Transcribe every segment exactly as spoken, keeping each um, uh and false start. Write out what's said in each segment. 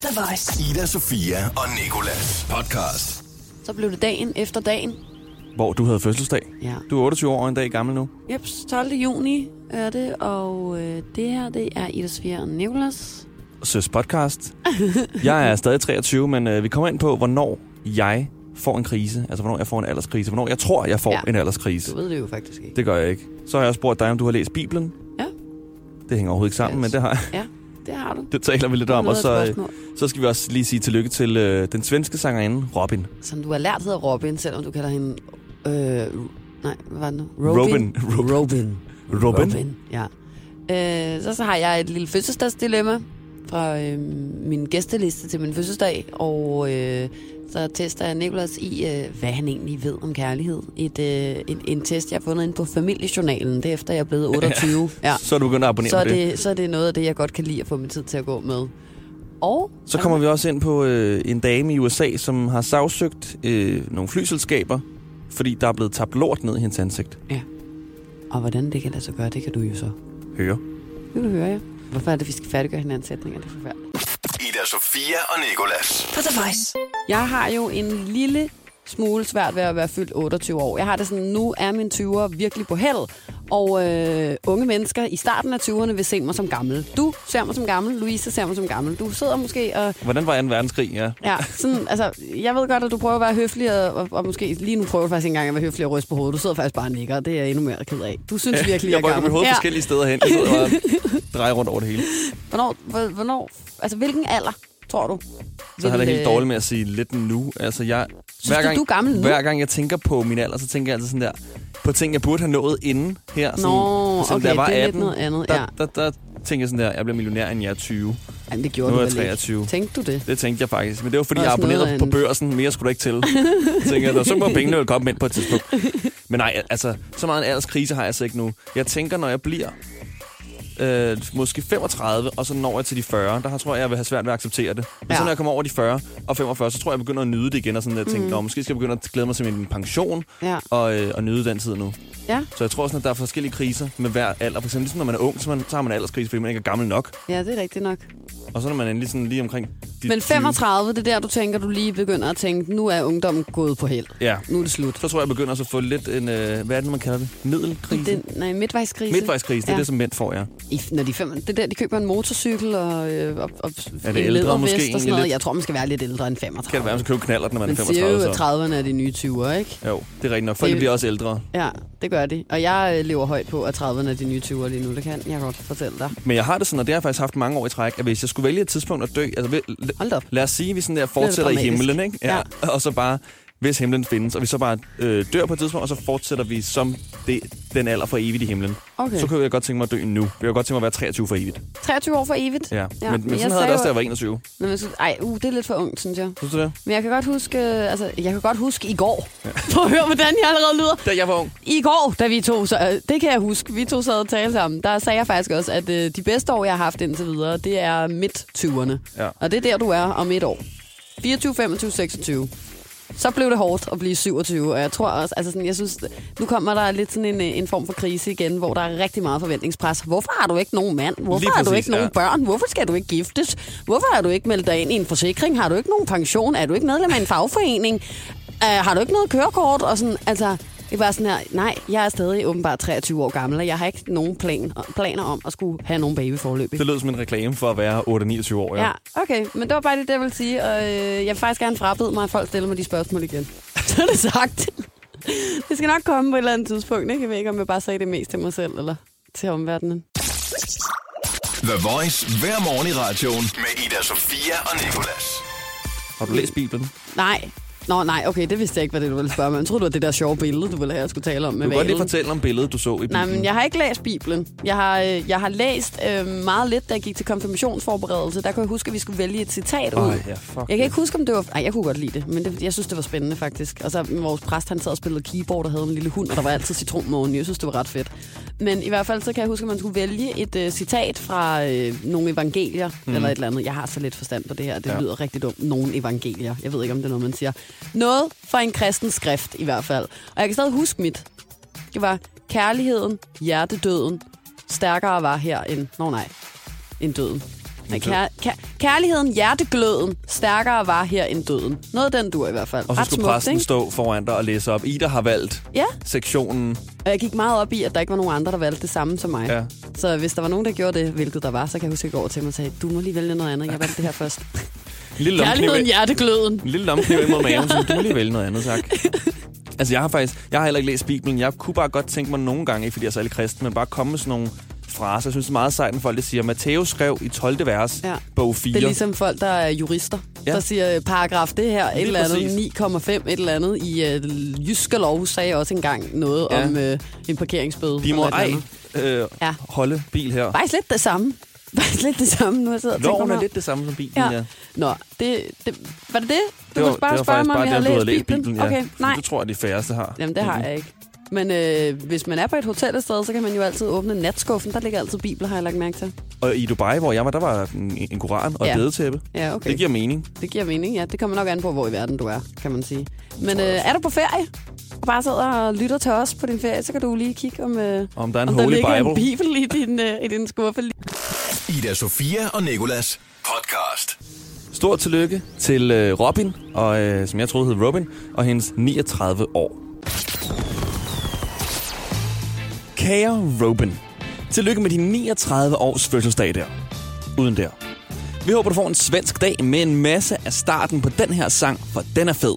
The Voice. Ida, Sofia og Nicolas podcast. Så blev det dagen efter dagen. Hvor du havde fødselsdag. Ja. Du er otteogtyve år og en dag gammel nu. Jeps, tolvte juni er det, og øh, det her, det er Ida, Sofia og Nicolas. Søs podcast. Jeg er stadig treogtyve, men øh, vi kommer ind på, hvornår jeg får en krise. Altså, hvornår jeg får en alderskrise. Hvornår jeg tror, jeg får ja. en alderskrise. Du ved det jo faktisk ikke. Det gør jeg ikke. Så har jeg også spurgt dig, om du har læst Bibelen. Ja. Det hænger overhovedet ikke sammen, yes. men det har jeg. Ja, det har du. Det taler vi lidt om. Og så, så skal vi også lige sige tillykke til øh, den svenske sangerinde, Robin. Som du har lært hedder Robin, selvom du kalder hende... Øh, nej, hvad var det nu? Robin. Robin. Robin. Robin. Robin. Robin. Ja. Øh, så, så har jeg et lille fødselsdagsdilemma fra øh, min gæsteliste til min fødselsdag, og øh, så tester jeg Nicolas i, øh, hvad han egentlig ved om kærlighed. Et, øh, en, en test, jeg har fundet ind på familiejournalen, det er efter jeg er blevet otteogtyve. Ja. Så er du begyndt at abonnere så på det. det. Så er det noget af det, jeg godt kan lide at få min tid til at gå med. Og så kommer vi også ind på øh, en dame i U S A, som har sagsøgt øh, nogle flyselskaber, fordi der er blevet tabt lort ned i hendes ansigt. Ja. Og hvordan det kan lade sig gøre, det kan du jo så høre. Det kan du høre, ja. Hvorfor er det, vi skal færdiggøre hinandens sætninger? Det er forfærdeligt. Ida, Sofia og Nicolas. På The Voice. Jeg har jo en lille smule svært ved at være fyldt otteogtyve år. Jeg har det sådan, nu er mine tyvere virkelig på held, og øh, unge mennesker i starten af tyverne vil se mig som gammel. Du ser mig som gammel, Louise ser mig som gammel. Du sidder måske og... Hvordan var anden verdenskrig, ja? Ja, sådan, altså, jeg ved godt, at du prøver at være høflig, og, og måske lige nu prøver du faktisk ikke engang at være høflig og ryste på hovedet. Du sidder faktisk bare og nikker, og det er jeg endnu mere ked af. Du synes virkelig, jeg er gammel. Jeg rykker mit hoved ja. forskellige steder hen. Jeg sidder og drejer rundt over det hele. Hvornår, hvornår, altså hvilken alder, tror du? Så har jeg det helt dårligt med at sige lidt nu. Altså, jeg, synes hver gang, du, du er gammel nu? Hver gang jeg tænker på min alder, så tænker jeg altid sådan der, på ting, jeg burde have nået inden her. Sådan, Nå, sådan, okay, jeg var det er atten, lidt noget andet, der, ja. Der, der, der tænker jeg sådan der, jeg bliver millionær, inden jeg er tyve. Jamen, det gjorde nu du er jeg vel treogtyve. Ikke. Tænkte du det? Det tænkte jeg faktisk. Men det var, fordi jeg abonnerede på børsen. Mere skulle du ikke til. Jeg tænker jeg, så må pengene jo komme ind på et tidspunkt. Men nej, altså, så meget en alderskrise har jeg altså ikke nu. Jeg tænker, når jeg bliver øh, måske femogtredive, og så når jeg til de fyrre, der tror jeg, jeg vil have svært ved at acceptere det. Men ja. så når jeg kommer over de fyrre og femogfyrre, så tror jeg, jeg begynder at nyde det igen. Og sådan, at jeg tænker, mm. måske skal jeg begynde at glæde mig til min pension ja. og, øh, og nyde den tid nu. Ja. Så jeg tror sådan, at der er forskellige kriser med hver alder. For eksempel, ligesom når man er ung, så, man, så har man alderskrise, fordi man ikke er gammel nok. Ja, det er rigtigt nok. Og så når man endelig sådan lige omkring... Men femogtredive, det er der, du tænker, du lige begynder at tænke, nu er ungdommen gået på held. Ja. Nu er det slut. Så tror jeg, jeg begynder at få lidt en... Øh, hvad er det, man kalder det? Middelkrise? Den, nej, midtvejskrise. Midtvejskrise, det er ja. det, som mænd får, ja. I, når de fem, det der, de køber en motorcykel og, øh, og, og er det en ældre måske? Og sådan noget. Jeg tror, man skal være lidt ældre end femogtredive. Kan det være, man skal købe knaller, når man Men er femogtredive? Men siger jo, at trediverne er de nye tyvere, ikke? Jo, det er rigtigt nok. Folk det, bliver også ældre. Ja, det gør de. Og jeg øh, lever højt på, at trediverne er de nye tyvere lige nu. Det kan jeg godt fortælle dig. Men jeg har det sådan, og det har jeg faktisk haft mange år i træk, at hvis jeg skulle vælge et tidspunkt at dø, altså lad os sige, at vi sådan der fortsætter i himlen, ikke? Ja. ja. Og så bare, hvis himlen findes, og vi så bare øh, dør på et tidspunkt, og så fortsætter vi som det, den alder for evigt i himlen. Okay. Så kunne jeg godt tænke mig at dø nu. Jeg kunne godt tænke mig at være treogtyve for evigt. treogtyve år for evigt? Ja, ja. men, men, men sådan havde jeg det også, da jeg var enogtyve. Men, men, ej, uh, det er lidt for ungt, synes jeg. Synes du det? Men jeg kan godt huske, altså, jeg kan godt huske i går. Ja. Prøv at høre, hvordan jeg allerede lyder. Da jeg var ung. I går, da vi to, så, det kan jeg huske, vi to sad og talte sammen, der sagde jeg faktisk også, at øh, de bedste år, jeg har haft indtil videre, det er midt-tyverne. Ja. Og det er der, du er om et år. fireogtyve, femogtyve, seksogtyve. Så blev det hårdt at blive syvogtyve, og jeg tror også, altså sådan, jeg synes, nu kommer der lidt sådan en, en form for krise igen, hvor der er rigtig meget forventningspres. Hvorfor har du ikke nogen mand? Hvorfor præcis, har du ikke ja. nogen børn? Hvorfor skal du ikke giftes? Hvorfor har du ikke meldt dig ind i en forsikring? Har du ikke nogen pension? Er du ikke medlem af en fagforening? Uh, har du ikke noget kørekort? Og sådan, altså, det er bare sådan her, nej, jeg er stadig åbenbart treogtyve år gammel, og jeg har ikke nogen plan, planer om at skulle have nogen baby forløb. Det lød som en reklame for at være otte niogtyve år, ja. Ja, okay, men det var bare det, jeg vil sige, og øh, jeg vil faktisk gerne frabede mig, at folk stiller mig de spørgsmål igen. Så er det sagt. Det skal nok komme på et eller andet tidspunkt, ikke? Jeg ved ikke, om jeg bare sagde det mest til mig selv, eller til omverdenen. The Voice hver morgen i radioen med Ida, Sofia og Nicolas. Har du læst Bibelen? Nej. Nå, nej, okay, det vidste jeg ikke, hvad det du ville spørge mig. Jeg troede, det var det der sjove billede, du ville have, jeg skulle tale om med Du kan godt lige fortælle om billedet, du så i Bibelen. Nej, men jeg har ikke læst Bibelen. Jeg har, jeg har læst øh, meget lidt, da jeg gik til konfirmationsforberedelse. Der kunne jeg huske, at vi skulle vælge et citat ud. Oh, ja, fuck jeg kan ikke huske, om det var... Nej, jeg kunne godt lide det, men det, jeg synes, det var spændende, faktisk. Og så vores præst, han sad og spillede keyboard og havde en lille hund, og der var altid citronmåne. Jeg synes, det var ret fedt. Men i hvert fald, så kan jeg huske, at man skulle vælge et øh, citat fra øh, nogle evangelier, mm. eller et eller andet. Jeg har så lidt forstand på det her. Det ja. lyder rigtig dumt. Nogle evangelier. Jeg ved ikke, om det er noget, man siger. Noget fra en kristen skrift, i hvert fald. Og jeg kan stadig huske mit. Det var kærligheden, hjertedøden, stærkere var her end... Nå nej, end døden. Kær- kær- kærligheden, hjertegløden, stærkere var her end døden. Noget af den dur i hvert fald. Og så Ret skulle smukt, præsten ikke? stå foran dig og læse op. Ida har valgt ja. sektionen. Og jeg gik meget op i, at der ikke var nogen andre, der valgte det samme som mig. Ja. Så hvis der var nogen, der gjorde det, hvilket der var, så kan jeg huske, at jeg går over til mig og sagde, du må lige vælge noget andet. Jeg valgte det her først. Kærligheden, hjertegløden. En lille lomkniv ind mod maven, så du må lige vælge noget andet, tak. Altså, jeg har faktisk... Jeg har heller ikke læst Bibelen. Jeg kunne bare godt tænke mig nogle gange, ikke fordi jeg er særlig kristen, men bare komme med sådan nogle fraser. Jeg synes, det er meget sejt, når folk det siger, Matthæus skrev i tolvte vers, ja. bog fire. Det er ligesom folk, der er jurister, ja. der siger paragraf det her, et eller andet, ni komma fem, et eller andet. I uh, Jyske Lov sagde også engang noget ja. om uh, en parkeringsbøde. De må ej øh, ja. holde bil her. Faktisk lidt det samme. Faktisk lidt det samme, nu har jeg siddet og tænkt Loven er lidt det samme som bilen, ja. ja. Nå, det, det, var det det? Du det var, kunne bare det var spørge mig, om jeg havde læst læst Bibelen? Bibelen ja. Okay, nej. Det tror jeg, de færreste har. Jamen, det har jeg ikke. Men øh, hvis man er på et hotel et sted, så kan man jo altid åbne natskuffen. Der ligger altid bibler, har jeg lagt mærke til. Og i Dubai, hvor jeg var, der var en, en koran og ja. et bedetæppe. Ja, okay. Det giver mening. Det giver mening, ja. Det kommer nok an på, hvor i verden du er, kan man sige. Men øh, er du på ferie? Og bare sidder og lytter til os på din ferie, så kan du lige kigge, om, øh, om der er en om Holy der ligger Bible. en bibel i din, øh, i din skuffe. Ida Sofia og Nicolas podcast. Stort tillykke til øh, Robin, og, øh, som jeg troede hed Robin, og hendes niogtredive år. Kære Robin, tillykke med din niogtredive års fødselsdag der. Uden der. Vi håber, du får en svensk dag med en masse af starten på den her sang, for den er fed.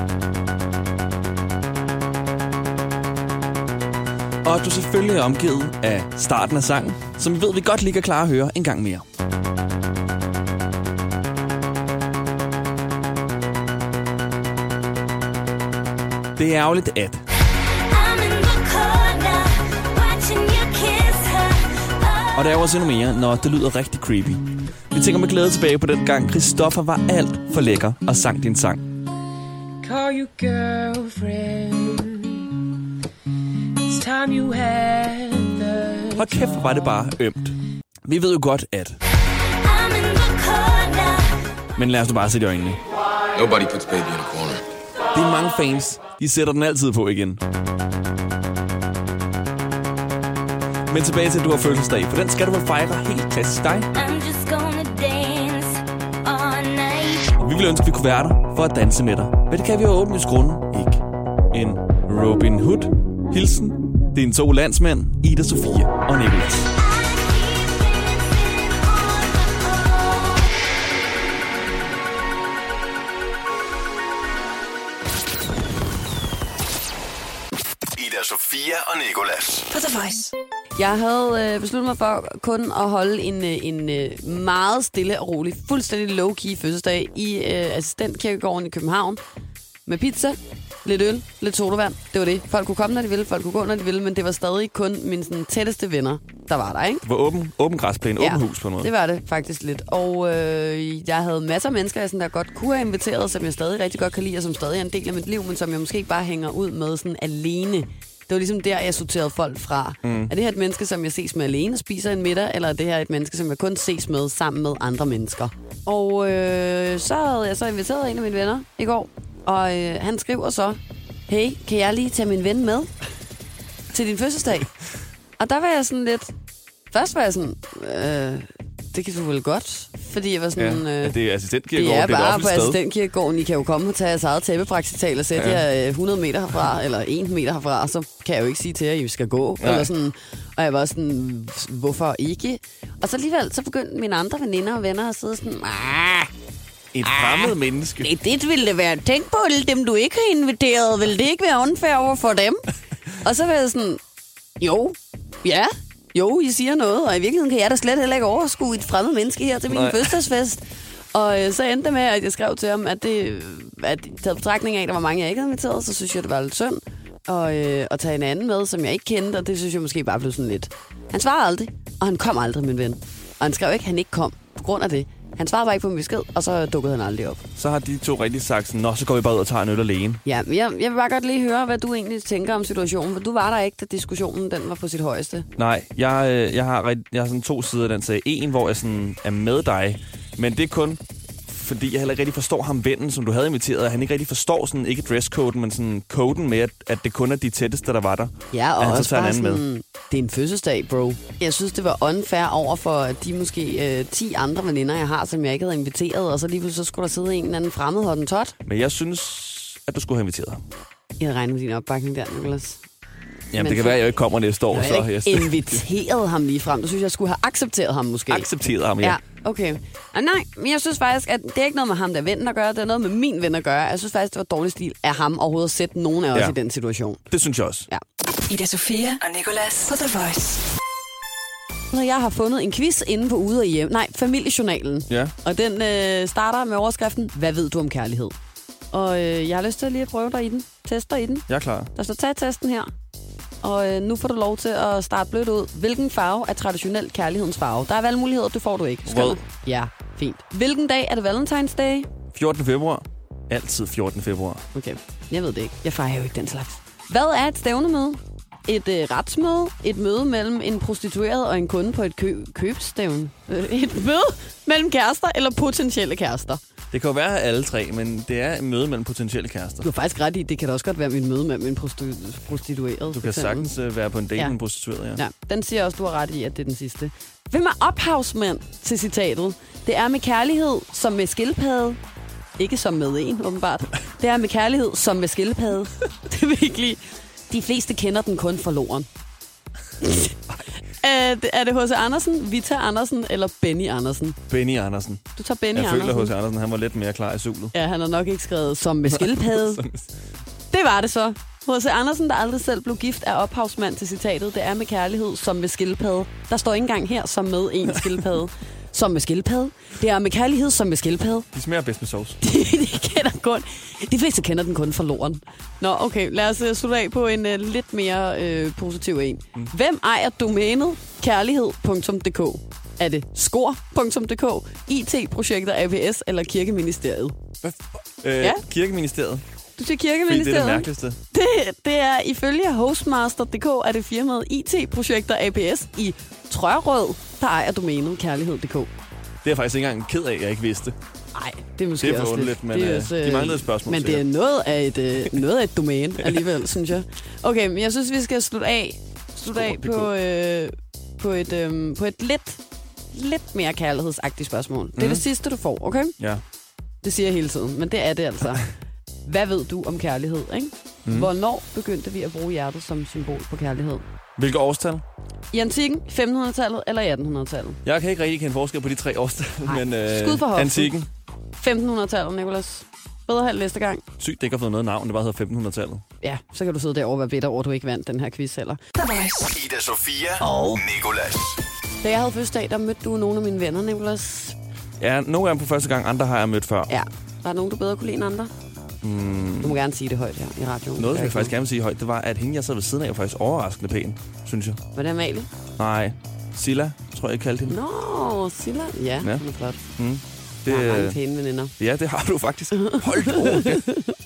Og at du selvfølgelig er omgivet af starten af sangen, som vi ved, vi godt lige kan klare at høre en gang mere. Det er ærgerligt, at... Og der er også endnu mere, når det lyder rigtig creepy. Vi tænker med glæde tilbage på den gang, Christoffer var alt for lækker og sang din sang. Call you girlfriend. It's time you had the... Hold kæft, hvor var det bare ømt. Vi ved jo godt, at... Men lad os nu bare sætte i øjnene. Nobody puts baby in a corner. Det er mange fans, de sætter den altid på igen. Men tilbage til, at du har fødselsdag, for den skal du vel fejre helt klassisk dig. Og vi vil ønske, at vi kunne være der for at danse med dig. Men det kan vi jo åbne i skrunden, ikke? En Robin Hood hilsen. Det er en to landsmænd, Ida Sofia og Nicolas. Ida Sofia og Nicolas. For The Voice. Jeg havde øh, besluttet mig for kun at holde en, øh, en øh, meget stille og rolig, fuldstændig low-key fødselsdag i øh, Assistentkirkegården i København. Med pizza, lidt øl, lidt sodavand. Det var det. Folk kunne komme, når de ville, folk kunne gå, når de ville, men det var stadig kun mine sådan, tætteste venner, der var der, ikke? Det var åben, åben græsplæne, ja, åben hus på noget. Det var det faktisk lidt. Og øh, jeg havde masser af mennesker, jeg sådan, der godt kunne have inviteret, som jeg stadig rigtig godt kan lide, og som stadig er en del af mit liv, men som jeg måske ikke bare hænger ud med sådan alene. Det var ligesom der, jeg sorterede folk fra. Mm. Er det her et menneske, som jeg ses med alene og spiser en middag, eller er det her et menneske, som jeg kun ses med sammen med andre mennesker? Og øh, så havde jeg så inviteret en af mine venner i går, og øh, han skriver så, hey, kan jeg lige tage min ven med til din fødselsdag? Og der var jeg sådan lidt... Først var jeg sådan... Øh, det kan du vel godt, fordi jeg var sådan... Ja, øh, det er Assistentkirkegården, det er det er bare på sted. Assistentkirkegården. I kan jo komme og tage jeres eget tæppepraksital og sætte ja. jer hundrede meter herfra, eller en meter herfra, og så kan jeg jo ikke sige til jer, at I skal gå. Eller sådan, og jeg var sådan, hvorfor ikke? Og så alligevel, så begyndte mine andre veninder og venner at sidde sådan... Ah, et fremmed ah, menneske. Det, det ville det være. Tænk på dem, du ikke har inviteret. Vil det ikke være unfair over for dem? Og så var jeg sådan, jo, ja, jo, I siger noget, og i virkeligheden kan jeg da slet heller ikke overskue et fremmed menneske her til min Nej. fødselsdagsfest. Og øh, så endte det med, at jeg skrev til ham, at det, at taget betragtning af, at der var mange, jeg ikke havde inviteret, så synes jeg, det var lidt synd. Og øh, at tage en anden med, som jeg ikke kendte, og det synes jeg måske bare blev sådan lidt. Han svarede aldrig, og han kom aldrig, min ven. Og han skrev ikke, at han ikke kom, på grund af det. Han svarede bare ikke på min besked, og så dukkede han aldrig op. Så har de to rigtig sagt sådan, nå, så går vi bare ud og tager en øl alene. Ja, men jeg, jeg vil bare godt lige høre, hvad du egentlig tænker om situationen, for du var der ikke, da diskussionen den var på sit højeste. Nej, jeg, jeg, har, jeg har sådan to sider af den sag. En, hvor jeg sådan er med dig, men det er kun, fordi jeg heller ikke rigtig forstår ham vennen, som du havde inviteret, og han ikke rigtig forstår sådan, ikke dresscoden, men sådan koden med, at, at det kun er de tætteste, der var der. Ja, og han også bare sådan, med. Det er en fødselsdag, bro. Jeg synes, det var unfair over for de måske øh, ti andre veninder, jeg har, som jeg ikke havde inviteret, og så lige pludselig så skulle der sidde en eller anden fremmed hottentot. Men jeg synes, at du skulle have inviteret ham. Jeg havde regnet med din opbakning der, Nicolas. Jamen, men det kan være, at jeg ikke kommer næste år. Jeg så har ikke inviteret ham lige frem. Du synes, jeg skulle have accepteret ham måske. Accepteret ham, ja. Ja, okay. Og nej, men jeg synes faktisk, at det er ikke noget med ham, der er vennen at gøre. Det er noget med min ven at gøre. Jeg synes faktisk, det var dårlig stil af ham overhovedet at sætte nogen af os ja. i den situation. Det synes jeg også. Ja. Ida Sofia og Nicolas på The Voice. Jeg har fundet en quiz inde på Ude og Hjem. Nej, Familiejournalen. Ja. Og den øh, starter med overskriften, hvad ved du om kærlighed? Og øh, jeg har lyst til lige at prøve dig i den. Teste dig i den. Jeg er klar. Der står, tag testen her. Og øh, nu får du lov til at starte blødt ud. Hvilken farve er traditionel kærlighedens farve? Der er valgmuligheder, det får du ikke. Rød. Ja, fint. Hvilken dag er det Valentine's Day? fjortende februar. Altid fjortende februar. Okay, jeg ved det ikke. Jeg fejrer jo ikke den slags. Hvad er et stævnemøde? Et øh, retsmøde? Et møde mellem en prostitueret og en kunde på et kø- købstævne? Øh, et møde mellem kærester eller potentielle kærester? Det kan jo være alle tre, men det er et møde mellem potentielle kærester. Du har faktisk ret i, det kan da også godt være et møde mellem en prostitu- prostitueret. Du kan sagtens uh, være på en date ja. med en prostitueret, ja. Ja, den siger også, du har ret i, at det er den sidste. Hvem er ophavsmand til citatet? Det er med kærlighed som med skildpadde. Ikke som med en, åbenbart. Det er med kærlighed som med skildpadde. Det er virkelig... De fleste kender den kun for loren. Er det, er det H C Andersen, Vita Andersen eller Benny Andersen? Benny Andersen. Du tager Benny jeg Andersen. Jeg føler, at H C Andersen han var lidt mere klar i sulet. Ja, han har nok ikke skrevet som med skildpadde. Det var det så. H C Andersen, der aldrig selv blev gift, er ophavsmand til citatet. Det er med kærlighed som med skildpadde. Der står ikke engang her som med en skildpadde. Som med skildpadde. Det er med kærlighed som med skildpadde. De smager bedst med sovs. de, de kender kun. De fleste kender den kun for loren. Nå, okay. Lad os uh, slutte af på en uh, lidt mere uh, positiv en. Mm. Hvem ejer domænet kærlighed punktum d k? Er det skor punktum d k, I T-projekter A P S eller Kirkeministeriet? Hvad? Øh, ja? Kirkeministeriet. Du siger Kirkeministeriet? Fordi det er det mærkeligste. Det, det er ifølge hostmaster punktum d k, er det firmaet I T-projekter A P S i Trørød, der ejer domænet kærlighed punktum d k. Det er jeg faktisk ikke engang ked af, at jeg ikke vidste. Nej, det er måske det er også lidt. Men det er også, de manglede et spørgsmål. Men det er noget af et, øh, noget af et domæne alligevel, synes jeg. Okay, men jeg synes, vi skal slutte af, slutte af på, øh, på, et, øh, på et lidt, lidt mere kærlighedsagtigt spørgsmål. Mm. Det er det sidste, du får, okay? Ja. Det siger jeg hele tiden, men det er det altså. Hvad ved du om kærlighed, ikke? Mm. Hvornår begyndte vi at bruge hjertet som symbol på kærlighed? Hvilke årstal? I antikken, femtenhundredetallet eller attenhundredetallet? Jeg kan ikke rigtig kende forskel på de tre årstal, Ej, men øh, skud for hoften. Antikken. femtenhundredetallet, Nicolas. Bedre halv næste gang. Sygt, det ikke har fået noget navn, det bare hedder femtenhundredetallet. Ja, så kan du sidde derovre og være bitter over, at du ikke vandt den her quiz heller. Ida Sofia og Nicolas. Da jeg havde fødselsdag, der mødte du nogle af mine venner, Nicolas. Ja, nogle af dem på første gang, andre har jeg mødt før. Ja, der er nogen, du bedre kunne lide end andre. Mm. Du må gerne sige det højt her i radioen. Noget, jeg, jeg faktisk gerne sige højt, det var, at hende, jeg sad ved siden af, var faktisk overraskende pæn, synes jeg. Var det Amalie? Nej, Silla, tror jeg, jeg kaldte hende. Nå, Silla. Ja, ja. Det er flot. Mm. Det, jeg har mange pæne veninder. Ja, det har du faktisk. Hold over.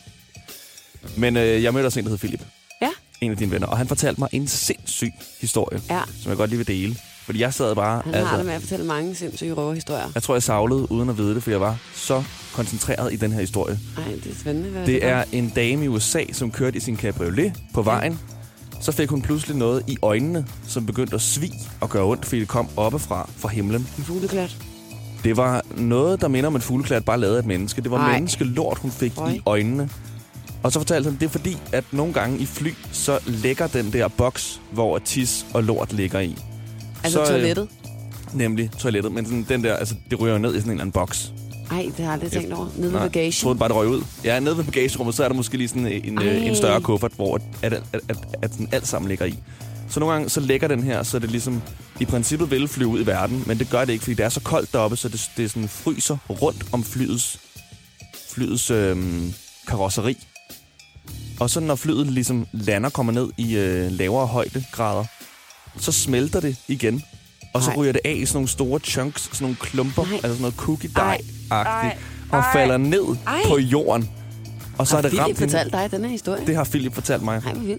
Men øh, jeg mødte også en, der hed Philip. Ja. En af dine venner. Og han fortalte mig en sindssyg historie, ja. som jeg godt lige vil dele. Fordi jeg sad bare... Han altså, har det med at fortælle mange sindssyge røverhistorier. Jeg tror, jeg savlede uden at vide det, for jeg var så koncentreret i den her historie. Nej, det er spændende. Hvad det, det er en dame i U S A, som kørte i sin cabriolet på vejen. Ja. Så fik hun pludselig noget i øjnene, som begyndte at svige og gøre ondt, fordi det kom oppefra fra himlen. En fugleklat. Det var noget, der minder om en fugleklat, bare lavet af et menneske. Det var Ej. menneskelort, hun fik Oj. i øjnene. Og så fortalte han, det er fordi, at nogle gange i fly, så lægger den der boks, hvor tis og lort ligger i. Altså så, toilettet? Øh, nemlig toilettet, men sådan, den der, altså, det ryger ned i sådan en eller anden boks. Nej, det har jeg aldrig tænkt over. Nede ved bagagen? Jeg troede bare, det røg ud. Ja, nede ved bagagerummet, så er der måske lige sådan en, en større kuffert, hvor at, at, at, at, at sådan alt sammen ligger i. Så nogle gange, så lægger den her, så det ligesom i princippet vil flyve ud i verden, men det gør det ikke, fordi det er så koldt deroppe, så det, det sådan fryser rundt om flyets, flyets øhm, karosseri. Og så når flyet ligesom lander, kommer ned i øh, lavere højdegrader, så smelter det igen. Og så ryger det af i sådan nogle store chunks, sådan nogle klumper, Ej. altså sådan noget cookie-dej-agtigt, og falder ned Ej. på jorden. Og så har er det Philip ramt fortalt dig den her historie? Det har Philip fortalt mig. Ej, hvor vildt.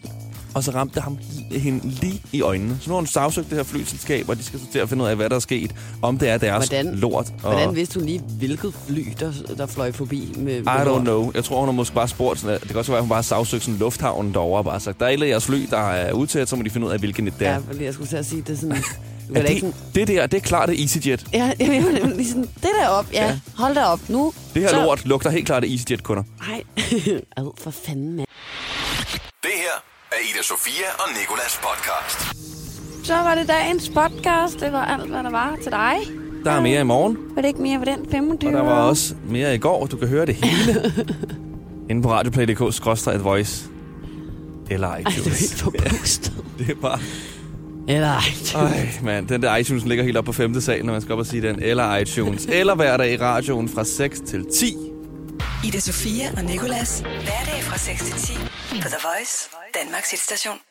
Og så ramte det ham hende lige i øjnene. Så nu har hun sagsøgt det her flyselskab, og de skal så til at finde ud af, hvad der er sket. Om det er deres hvordan, lort. Og hvordan vidste hun lige, hvilket fly, der, der fløj forbi? Med, I don't lort? know. Jeg tror, hun har måske bare spurgt. Sådan, det kan også være, at hun bare har sagsøgt sådan lufthavnen derovre og bare sagt, der er et af jeres fly, der er udtaget, så må de finde ud af, hvilken det er. Ja, fordi jeg skulle til at sige, det er sådan... Er det, sådan... det der, det er klart det EasyJet. Ja, jeg var nemlig sådan, det der op, ja, ja. Hold da op nu. Det her så... lort lugter helt klart af EasyJet-kunder. Nej, ad for fanden, mand. Det her er Ida Sofia og Nicolas podcast. Så var det dagens podcast. Det var alt, hvad der var til dig. Der er mere i morgen. Var det ikke mere på den femogtyve? Og der var også mere i går. Du kan høre det hele. Inde på radioplay punktum d k skråstreg voice. Eller iTunes. Ej, det er helt forpustet. Det er bare... Eller iTunes. Ej, mand. Den der iTunes ligger helt op på femte sal, når man skal op og sige den. Eller iTunes. Eller hverdag i radioen fra seks til ti. Ida Sofia og Nicolas. Hverdag fra seks til ti på The Voice, Danmarks hitstation.